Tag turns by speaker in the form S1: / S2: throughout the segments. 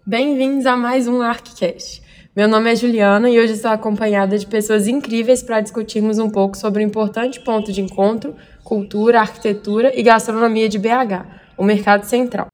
S1: Bem-vindos a mais um ArcCast. Meu nome é Juliana e hoje estou acompanhada de pessoas incríveis para discutirmos um pouco sobre o importante ponto de encontro, cultura, arquitetura e gastronomia de BH, o Mercado Central.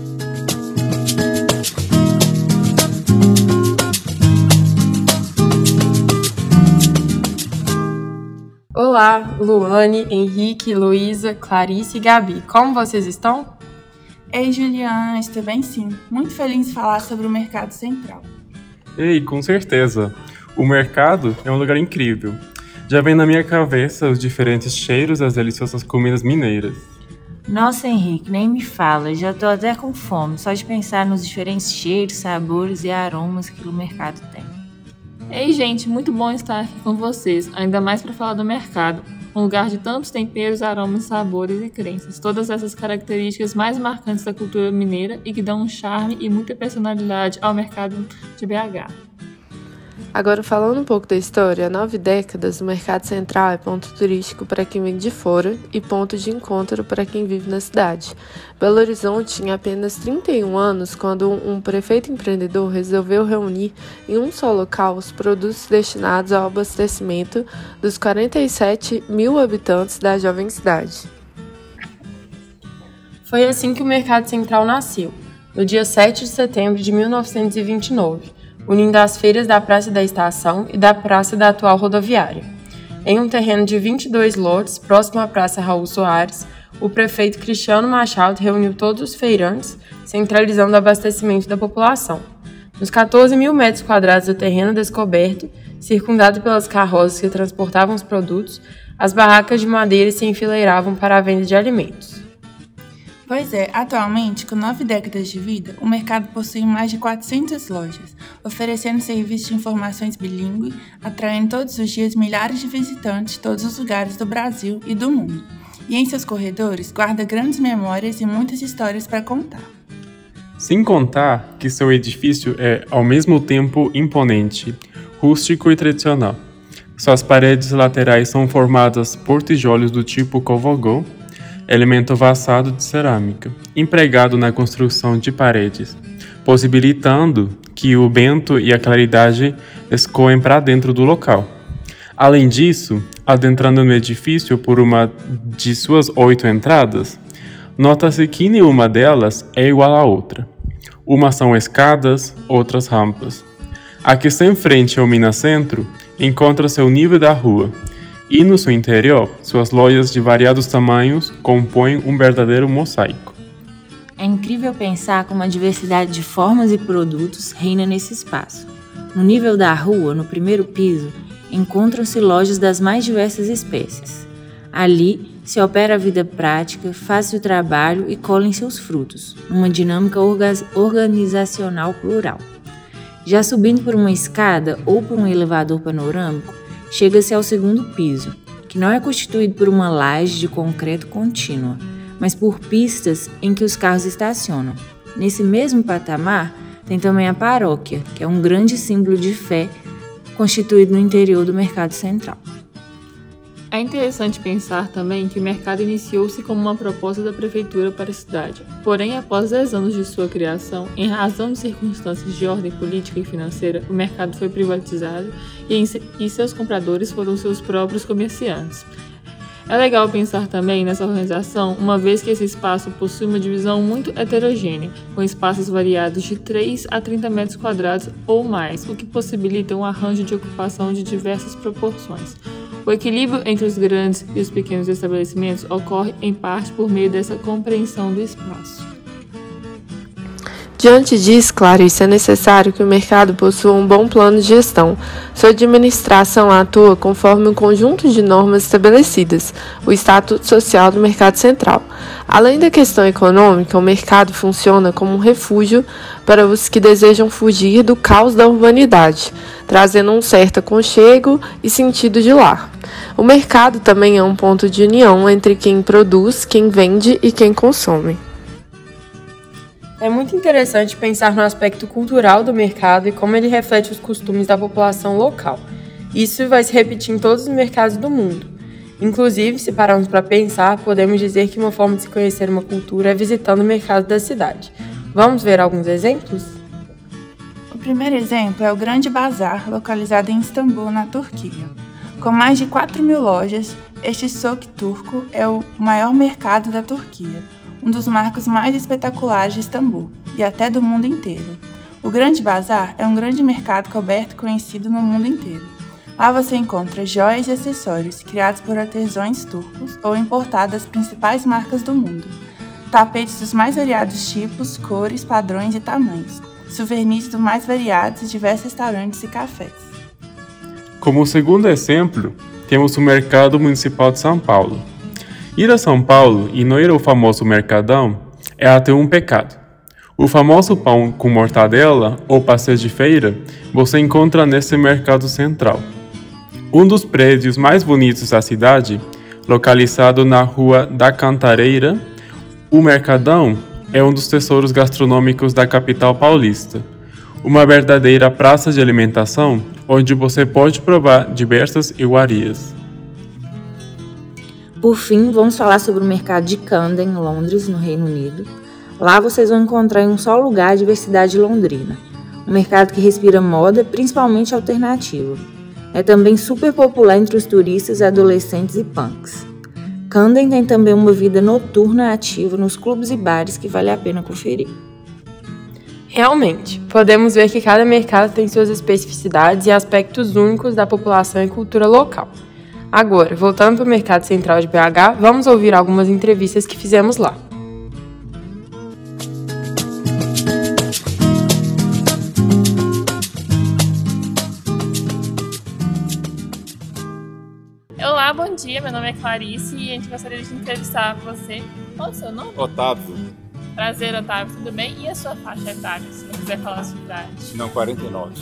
S1: Olá, Luane, Henrique, Luísa, Clarice e Gabi. Como vocês estão?
S2: Ei, Juliana, estou bem sim. Muito feliz de falar sobre o Mercado Central.
S3: Ei, com certeza. O mercado é um lugar incrível. Já vem na minha cabeça os diferentes cheiros das deliciosas comidas mineiras.
S4: Nossa, Henrique, nem me fala. Já tô até com fome, só de pensar nos diferentes cheiros, sabores e aromas que o mercado tem.
S5: Ei, gente, muito bom estar aqui com vocês, ainda mais para falar do mercado, um lugar de tantos temperos, aromas, sabores e crenças, todas essas características mais marcantes da cultura mineira e que dão um charme e muita personalidade ao mercado de BH.
S1: Agora, falando um pouco da história, há 9 décadas o Mercado Central é ponto turístico para quem vem de fora e ponto de encontro para quem vive na cidade. Belo Horizonte tinha apenas 31 anos quando um prefeito empreendedor resolveu reunir em um só local os produtos destinados ao abastecimento dos 47 mil habitantes da jovem cidade. Foi assim que o Mercado Central nasceu, no dia 7 de setembro de 1929. Unindo as feiras da Praça da Estação e da Praça da atual rodoviária. Em um terreno de 22 lotes, próximo à Praça Raul Soares, o prefeito Cristiano Machado reuniu todos os feirantes, centralizando o abastecimento da população. Nos 14 mil metros quadrados do terreno descoberto, circundado pelas carroças que transportavam os produtos, as barracas de madeira se enfileiravam para a venda de alimentos.
S2: Pois é, atualmente, com 9 décadas de vida, o mercado possui mais de 400 lojas, oferecendo serviços de informações bilíngue, atraindo todos os dias milhares de visitantes de todos os lugares do Brasil e do mundo. E em seus corredores, guarda grandes memórias e muitas histórias para contar.
S3: Sem contar que seu edifício é, ao mesmo tempo, imponente, rústico e tradicional. Suas paredes laterais são formadas por tijolos do tipo covogô, elemento vassado de cerâmica, empregado na construção de paredes, possibilitando que o vento e a claridade escoem para dentro do local. Além disso, adentrando no edifício por uma de suas 8 entradas, nota-se que nenhuma delas é igual à outra. Umas são escadas, outras rampas. A que está em frente ao Minas Centro encontra-se o nível da rua, e no seu interior, suas lojas de variados tamanhos compõem um verdadeiro mosaico.
S4: É incrível pensar como a diversidade de formas e produtos reina nesse espaço. No nível da rua, no primeiro piso, encontram-se lojas das mais diversas espécies. Ali se opera a vida prática, faz-se o trabalho e colhem seus frutos, numa dinâmica organizacional plural. Já subindo por uma escada ou por um elevador panorâmico, chega-se ao segundo piso, que não é constituído por uma laje de concreto contínua, mas por pistas em que os carros estacionam. Nesse mesmo patamar, tem também a paróquia, que é um grande símbolo de fé constituído no interior do Mercado Central.
S5: É interessante pensar também que o mercado iniciou-se como uma proposta da prefeitura para a cidade. Porém, após 10 anos de sua criação, em razão de circunstâncias de ordem política e financeira, o mercado foi privatizado e seus compradores foram seus próprios comerciantes. É legal pensar também nessa organização, uma vez que esse espaço possui uma divisão muito heterogênea, com espaços variados de 3 a 30 metros quadrados ou mais, o que possibilita um arranjo de ocupação de diversas proporções. O equilíbrio entre os grandes e os pequenos estabelecimentos ocorre, em parte, por meio dessa compreensão do espaço.
S1: Diante disso, Clarice, é necessário que o mercado possua um bom plano de gestão. Sua administração atua conforme um conjunto de normas estabelecidas, o Estatuto Social do Mercado Central. Além da questão econômica, o mercado funciona como um refúgio para os que desejam fugir do caos da urbanidade, trazendo um certo aconchego e sentido de lar. O mercado também é um ponto de união entre quem produz, quem vende e quem consome. É muito interessante pensar no aspecto cultural do mercado e como ele reflete os costumes da população local. Isso vai se repetir em todos os mercados do mundo. Inclusive, se pararmos para pensar, podemos dizer que uma forma de se conhecer uma cultura é visitando o mercado da cidade. Vamos ver alguns exemplos?
S2: primeiro exemplo é o Grande Bazar, localizado em Istambul, na Turquia. Com mais de 4.000 lojas, este souk turco é o maior mercado da Turquia, um dos marcos mais espetaculares de Istambul e até do mundo inteiro. O Grande Bazar é um grande mercado coberto conhecido no mundo inteiro. Lá você encontra joias e acessórios criados por artesãos turcos ou importados das principais marcas do mundo, tapetes dos mais variados tipos, cores, padrões e tamanhos, souvenirs dos mais variados de diversos restaurantes e cafés.
S3: Como segundo exemplo, temos o Mercado Municipal de São Paulo. Ir a São Paulo e não ir ao famoso Mercadão é até um pecado. O famoso pão com mortadela ou pastéis de feira você encontra nesse mercado central. Um dos prédios mais bonitos da cidade, localizado na Rua da Cantareira, o Mercadão é um dos tesouros gastronômicos da capital paulista. Uma verdadeira praça de alimentação onde você pode provar diversas iguarias.
S4: Por fim, vamos falar sobre o mercado de Camden, em Londres, no Reino Unido. Lá vocês vão encontrar em um só lugar a diversidade londrina. Um mercado que respira moda, principalmente alternativa. É também super popular entre os turistas, adolescentes e punks. Camden tem também uma vida noturna ativa nos clubes e bares que vale a pena conferir.
S1: Realmente, podemos ver que cada mercado tem suas especificidades e aspectos únicos da população e cultura local. Agora, voltando para o Mercado Central de BH, vamos ouvir algumas entrevistas que fizemos lá.
S5: Olá, bom dia, meu nome é Clarice e a gente gostaria de entrevistar você. Qual é o seu nome?
S6: Otávio.
S5: Prazer, Otávio, tudo bem? E a sua faixa etária, se não quiser falar a sua idade?
S6: Não, 49.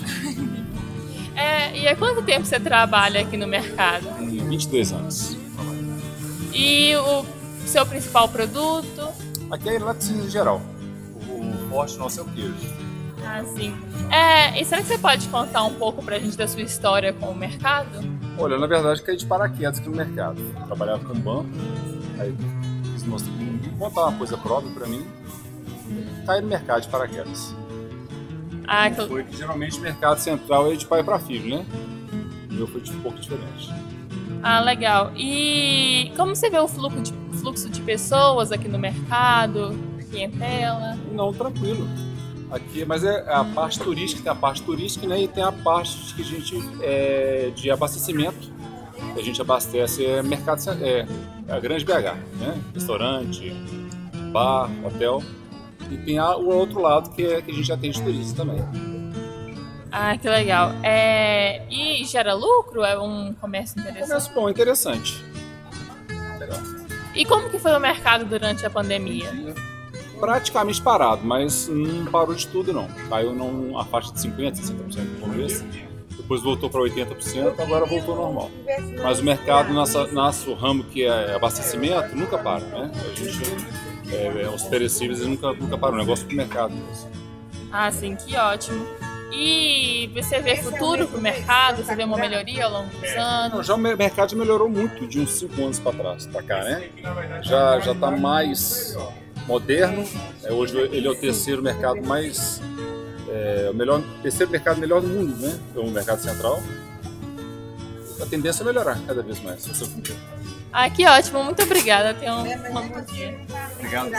S5: E há quanto tempo você trabalha aqui no mercado?
S6: 22 anos.
S5: E o seu principal produto?
S6: Aqui é laticínio em geral. O forte nosso é o queijo.
S5: Ah, sim. E será que você pode contar um pouco pra gente da sua história com o mercado?
S6: Olha, na verdade, caí de paraquedas aqui no mercado. Eu trabalhava com banco, aí quis montar uma coisa própria pra mim, caí no mercado de paraquedas. Foi que geralmente o mercado central é de pai para filho, né? O meu foi um pouco diferente.
S5: Ah, legal. E como você vê o fluxo de pessoas aqui no mercado, clientela?
S6: Não, tranquilo. Aqui, mas é a parte turística, tem a parte turística, né? E tem a parte que a gente de abastecimento. A gente abastece mercado, a grande BH, né? Restaurante, bar, hotel. E tem o outro lado que a gente atende turistas também.
S5: Ah, que legal. E gera lucro? É um comércio interessante?
S6: Comércio bom, interessante. Legal.
S5: E como que foi o mercado durante a pandemia?
S6: Praticamente parado, mas não parou de tudo não. Caiu a faixa de 50%, 60% no começo. Depois voltou para 80%, agora voltou ao normal. Mas o mercado, nosso ramo que é abastecimento, nunca para, né? A gente... os perecíveis nunca param, o negócio pro mercado mesmo.
S5: Ah, sim, que ótimo. E você vê futuro pro mercado? Você vê uma melhoria ao longo dos anos?
S6: Já o mercado já melhorou muito de uns 5 anos para cá, né? Já tá mais moderno. Hoje ele é o terceiro mercado mais... terceiro mercado melhor do mundo, né? É o mercado central. A tendência é melhorar cada vez mais.
S5: Ah, que ótimo. Muito obrigada. Tenha um bom dia.
S6: Obrigado.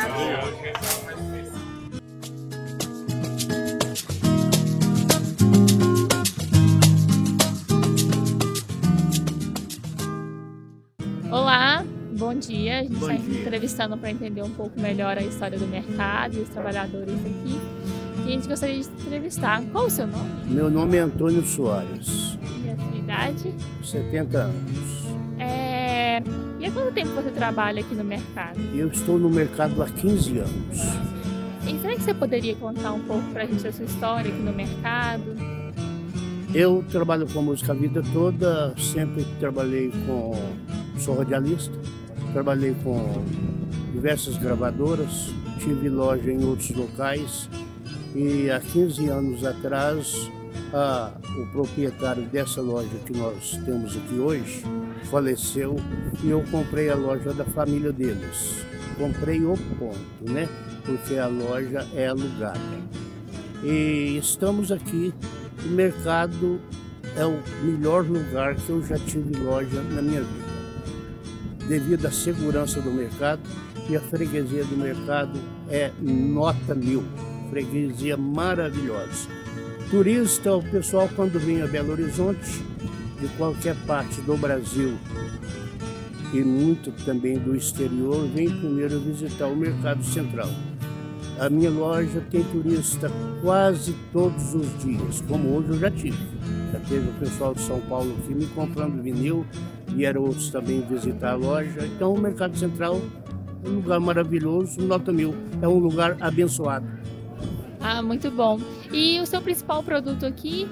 S5: Olá, bom dia. A gente está entrevistando para entender um pouco melhor a história do mercado e os trabalhadores aqui. E a gente gostaria de entrevistar. Qual o seu nome?
S7: Meu nome é Antônio Soares.
S5: E a sua idade?
S7: 70 anos.
S5: E há quanto tempo você trabalha aqui no mercado?
S7: Eu estou no mercado há 15 anos.
S5: E será que você poderia contar um pouco pra gente da sua história aqui no mercado?
S7: Eu trabalho com música a vida toda, sempre sou radialista, trabalhei com diversas gravadoras, tive loja em outros locais e há 15 anos atrás o proprietário dessa loja que nós temos aqui hoje faleceu e eu comprei a loja da família deles. Comprei o ponto, né? Porque a loja é alugada. E estamos aqui. O mercado é o melhor lugar que eu já tive loja na minha vida, devido à segurança do mercado, e a freguesia do mercado é nota 1000, freguesia maravilhosa. Turista, o pessoal quando vem a Belo Horizonte, de qualquer parte do Brasil e muito também do exterior, vem primeiro visitar o Mercado Central. A minha loja tem turista quase todos os dias, como hoje eu já tive. Já teve o pessoal de São Paulo aqui me comprando vinil, vieram outros também visitar a loja. Então o Mercado Central é um lugar maravilhoso, nota 1000, é um lugar abençoado.
S8: Ah, muito bom. E o seu principal produto aqui?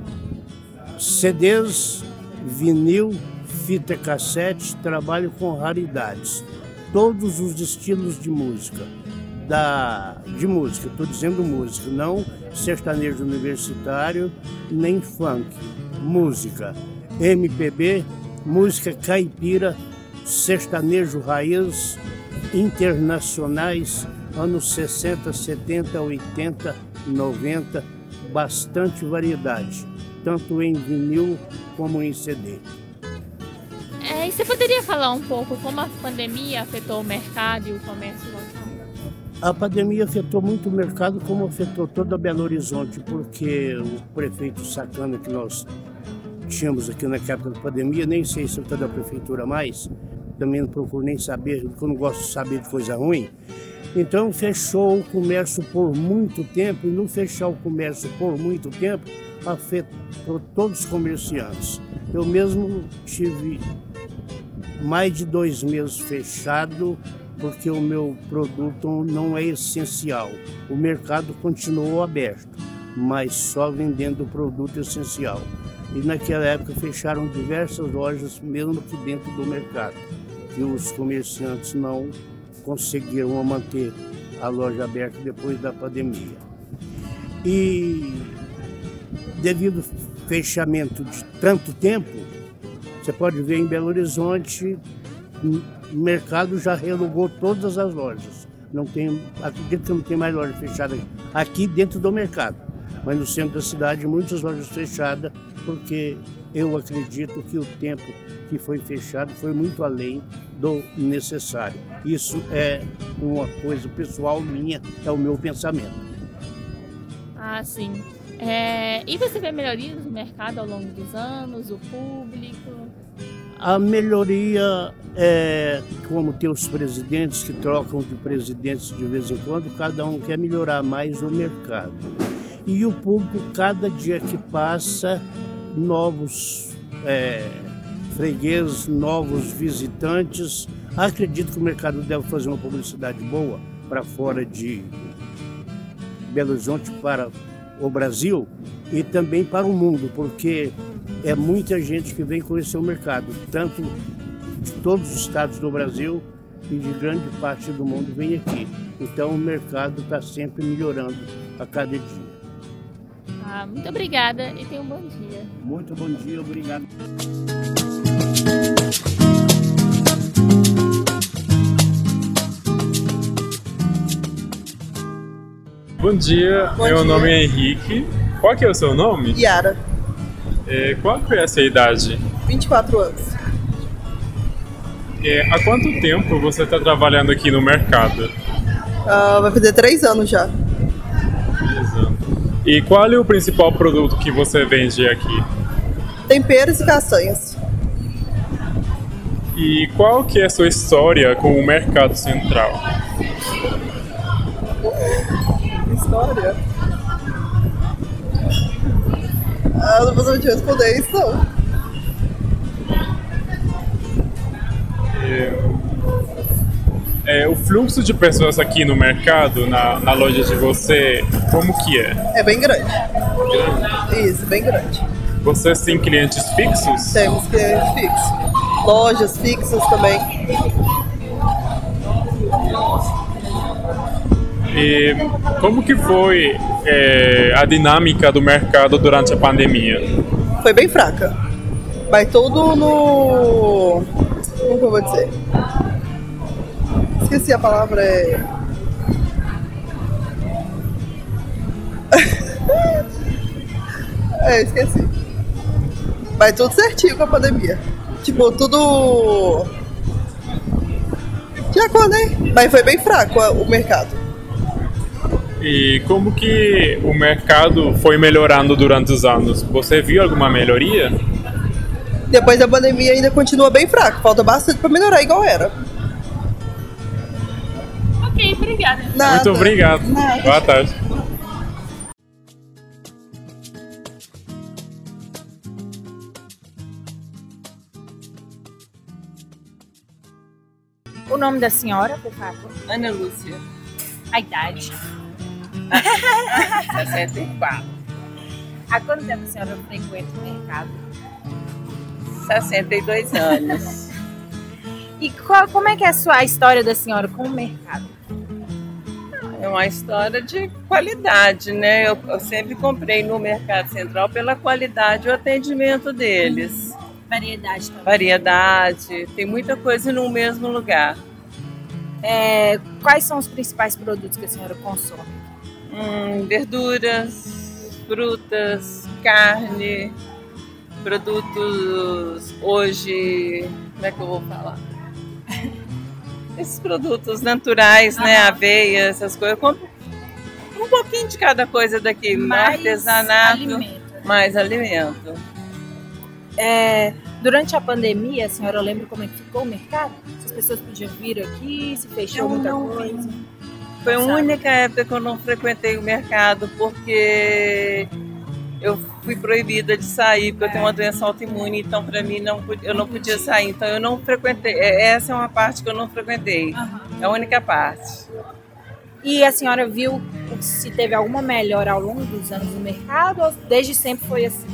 S7: CDs, vinil, fita cassete, trabalho com raridades. Todos os estilos de música. Estou dizendo música, não sertanejo universitário, nem funk. Música, MPB, música caipira, sertanejo raiz, internacionais, anos 60, 70, 80, 90, bastante variedade, tanto em vinil como em CD.
S8: E você poderia falar um pouco como a pandemia afetou o mercado e o comércio local?
S7: A pandemia afetou muito o mercado, como afetou toda Belo Horizonte, porque o prefeito sacana que nós tínhamos aqui na época da pandemia, nem sei se eu estou da prefeitura mais, também não procuro nem saber, porque eu não gosto de saber de coisa ruim. Então fechou o comércio por muito tempo, e no fechar o comércio por muito tempo, afetou todos os comerciantes. Eu mesmo tive mais de 2 meses fechado, porque o meu produto não é essencial. O mercado continuou aberto, mas só vendendo o produto essencial. E naquela época fecharam diversas lojas, mesmo que dentro do mercado, e os comerciantes não conseguiram manter a loja aberta depois da pandemia. E devido ao fechamento de tanto tempo, você pode ver em Belo Horizonte, o mercado já realugou todas as lojas. Acredito que não tem mais loja fechada aqui dentro do mercado, mas no centro da cidade muitas lojas fechadas, porque eu acredito que o tempo que foi fechado foi muito além do necessário. Isso é uma coisa pessoal minha, é o meu pensamento.
S8: Ah, sim. E você vê melhorias no mercado ao longo dos anos, o público?
S7: A melhoria é como tem os presidentes que trocam de presidentes de vez em quando, cada um quer melhorar mais o mercado. E o público, cada dia que passa, novos fregueses, novos visitantes. Acredito que o mercado deve fazer uma publicidade boa para fora de Belo Horizonte, para o Brasil e também para o mundo, porque é muita gente que vem conhecer o mercado, tanto de todos os estados do Brasil e de grande parte do mundo vem aqui. Então o mercado está sempre melhorando a cada dia.
S8: Muito obrigada e tenha um bom dia.
S7: Muito bom dia, obrigado.
S3: Bom dia, meu nome é Henrique. Qual que é o seu nome?
S9: Yara.
S3: Qual que é essa idade?
S9: 24 anos.
S3: Há quanto tempo você está trabalhando aqui no mercado?
S9: Vai fazer 3 anos já.
S3: 3 anos. E qual é o principal produto que você vende aqui?
S9: Temperos e castanhas.
S3: E qual que é a sua história com o Mercado Central?
S9: História? Não vou te responder isso, não.
S3: O fluxo de pessoas aqui no mercado, na loja de você, como que é?
S9: É bem grande.
S3: Grande?
S9: Isso, bem grande.
S3: Vocês têm clientes fixos?
S9: Temos clientes fixos. Lojas fixas também.
S3: E como que foi a dinâmica do mercado durante a pandemia?
S9: Foi bem fraca. Vai tudo no... Como que eu vou dizer? Esqueci a palavra. Esqueci. Vai tudo certinho com a pandemia. Tipo, tudo de acordo, né? Mas foi bem fraco o mercado.
S3: E como que o mercado foi melhorando durante os anos? Você viu alguma melhoria?
S9: Depois da pandemia ainda continua bem fraco. Falta bastante pra melhorar igual era.
S8: Ok, obrigada.
S9: Nada.
S3: Muito obrigado.
S9: Nada.
S3: Boa tarde.
S4: O nome da senhora, por favor?
S10: Ana Lúcia,
S4: A idade.
S10: 64.
S4: Há quanto tempo a senhora frequenta o mercado?
S10: 62 anos.
S4: E como é que é a história da senhora com o mercado?
S10: É uma história de qualidade, né? Eu sempre comprei no Mercado Central pela qualidade e o atendimento deles.
S4: Variedade também.
S10: Variedade, tem muita coisa no mesmo lugar.
S4: Quais são os principais produtos que a senhora consome?
S10: Verduras, frutas, carne, produtos hoje, como é que eu vou falar? Esses produtos naturais, né? Aveia, essas coisas. Eu compro um pouquinho de cada coisa daqui.
S4: Mais
S10: artesanato,
S4: alimento.
S10: mais alimento.
S4: Durante a pandemia, a senhora lembra como é que ficou o mercado? Se as pessoas podiam vir aqui, se fechou muita coisa?
S10: Foi a única época que eu não frequentei o mercado, porque eu fui proibida de sair, porque eu tenho uma doença autoimune, então para mim eu não podia sair, então eu não frequentei. Essa é uma parte que eu não frequentei, é a única parte.
S4: E a senhora viu se teve alguma melhora ao longo dos anos no mercado ou desde sempre foi assim?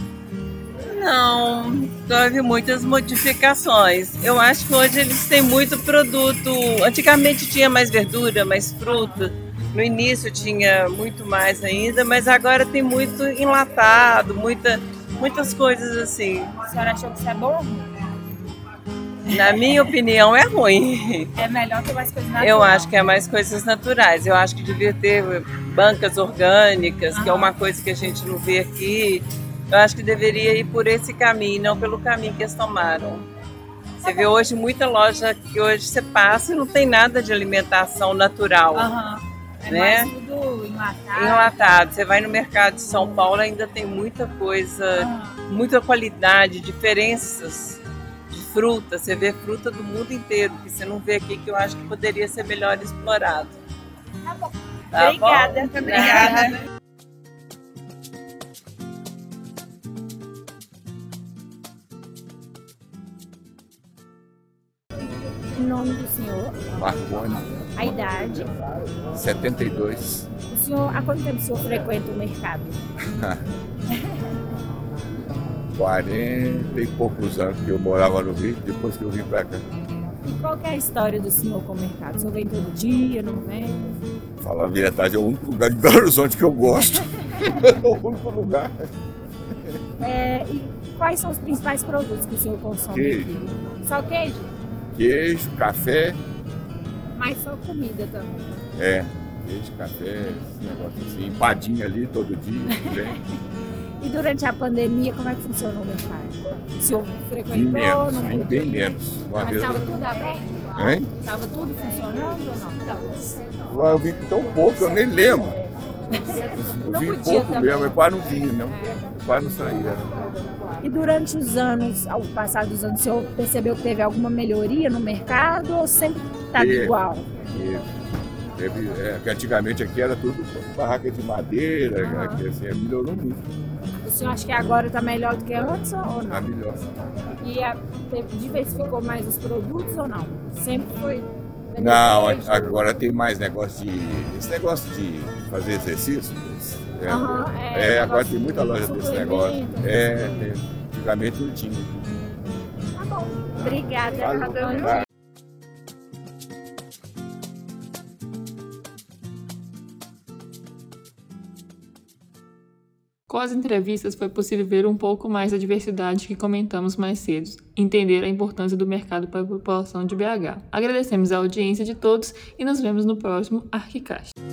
S10: Não, houve muitas modificações. Eu acho que hoje eles têm muito produto. Antigamente tinha mais verdura, mais fruta. No início tinha muito mais ainda, mas agora tem muito enlatado, muitas coisas assim.
S4: A senhora achou que isso é bom?
S10: Na minha opinião, é ruim.
S4: É melhor ter mais coisas naturais.
S10: Eu acho que é mais coisas naturais. Eu acho que devia ter bancas orgânicas, que é uma coisa que a gente não vê aqui. Eu acho que deveria ir por esse caminho, não pelo caminho que eles tomaram. Você vê hoje muita loja que hoje você passa e não tem nada de alimentação natural.
S4: É
S10: né?
S4: mais tudo enlatado.
S10: Enlatado. Você vai no mercado de São Paulo, ainda tem muita coisa, muita qualidade, diferenças de fruta. Você vê fruta do mundo inteiro, que você não vê aqui, que eu acho que poderia ser melhor explorado.
S4: Tá bom.
S10: Tá
S4: Obrigada.
S10: bom? Obrigada.
S4: O nome do senhor,
S11: Marconi,
S4: a idade.
S11: 72.
S4: O senhor, há quanto tempo o senhor frequenta o mercado?
S11: 40 e poucos anos que eu morava no Rio, depois que eu vim pra cá.
S4: E qual que é a história do senhor com o mercado? O senhor vem todo dia, não vem?
S11: Falar a verdade, é o único lugar de Belo Horizonte que eu gosto. É o único lugar.
S4: E quais são os principais produtos que o senhor consome
S11: Queijo.
S4: aqui? Só queijo?
S11: Queijo, café,
S4: Mas só comida também.
S11: queijo, café, esse negócio assim, empadinha ali todo dia, também.
S4: E durante a pandemia, como é que funcionou o mercado? O senhor frequentou?
S11: Bem menos,
S4: não
S11: bem
S4: podia?
S11: menos. Uma
S4: Mas
S11: vez
S4: estava tudo aberto?
S11: Hein?
S4: Estava tudo funcionando ou não?
S11: Eu vim tão pouco, eu nem lembro. Eu
S4: Não
S11: vim
S4: podia
S11: pouco
S4: também.
S11: mesmo, eu quase não vinha, não. Quase não saía.
S4: E durante os anos, ao passar dos anos, o senhor percebeu que teve alguma melhoria no mercado ou sempre está igual?
S11: Que antigamente aqui era tudo barraca de madeira, que assim, melhorou muito.
S4: O senhor acha que agora está melhor do que antes ou não?
S11: Tá melhor.
S4: E diversificou mais os produtos ou não? Sempre foi?
S11: Não, agora tem mais negócio de. Esse negócio de fazer exercício. Agora tem muita loja desse negócio. Antigamente não tinha.
S4: Tá bom. Obrigada.
S11: Falou.
S5: Com as entrevistas foi possível ver um pouco mais da diversidade que comentamos mais cedo, entender a importância do mercado para a população de BH. Agradecemos a audiência de todos e nos vemos no próximo Arquicast.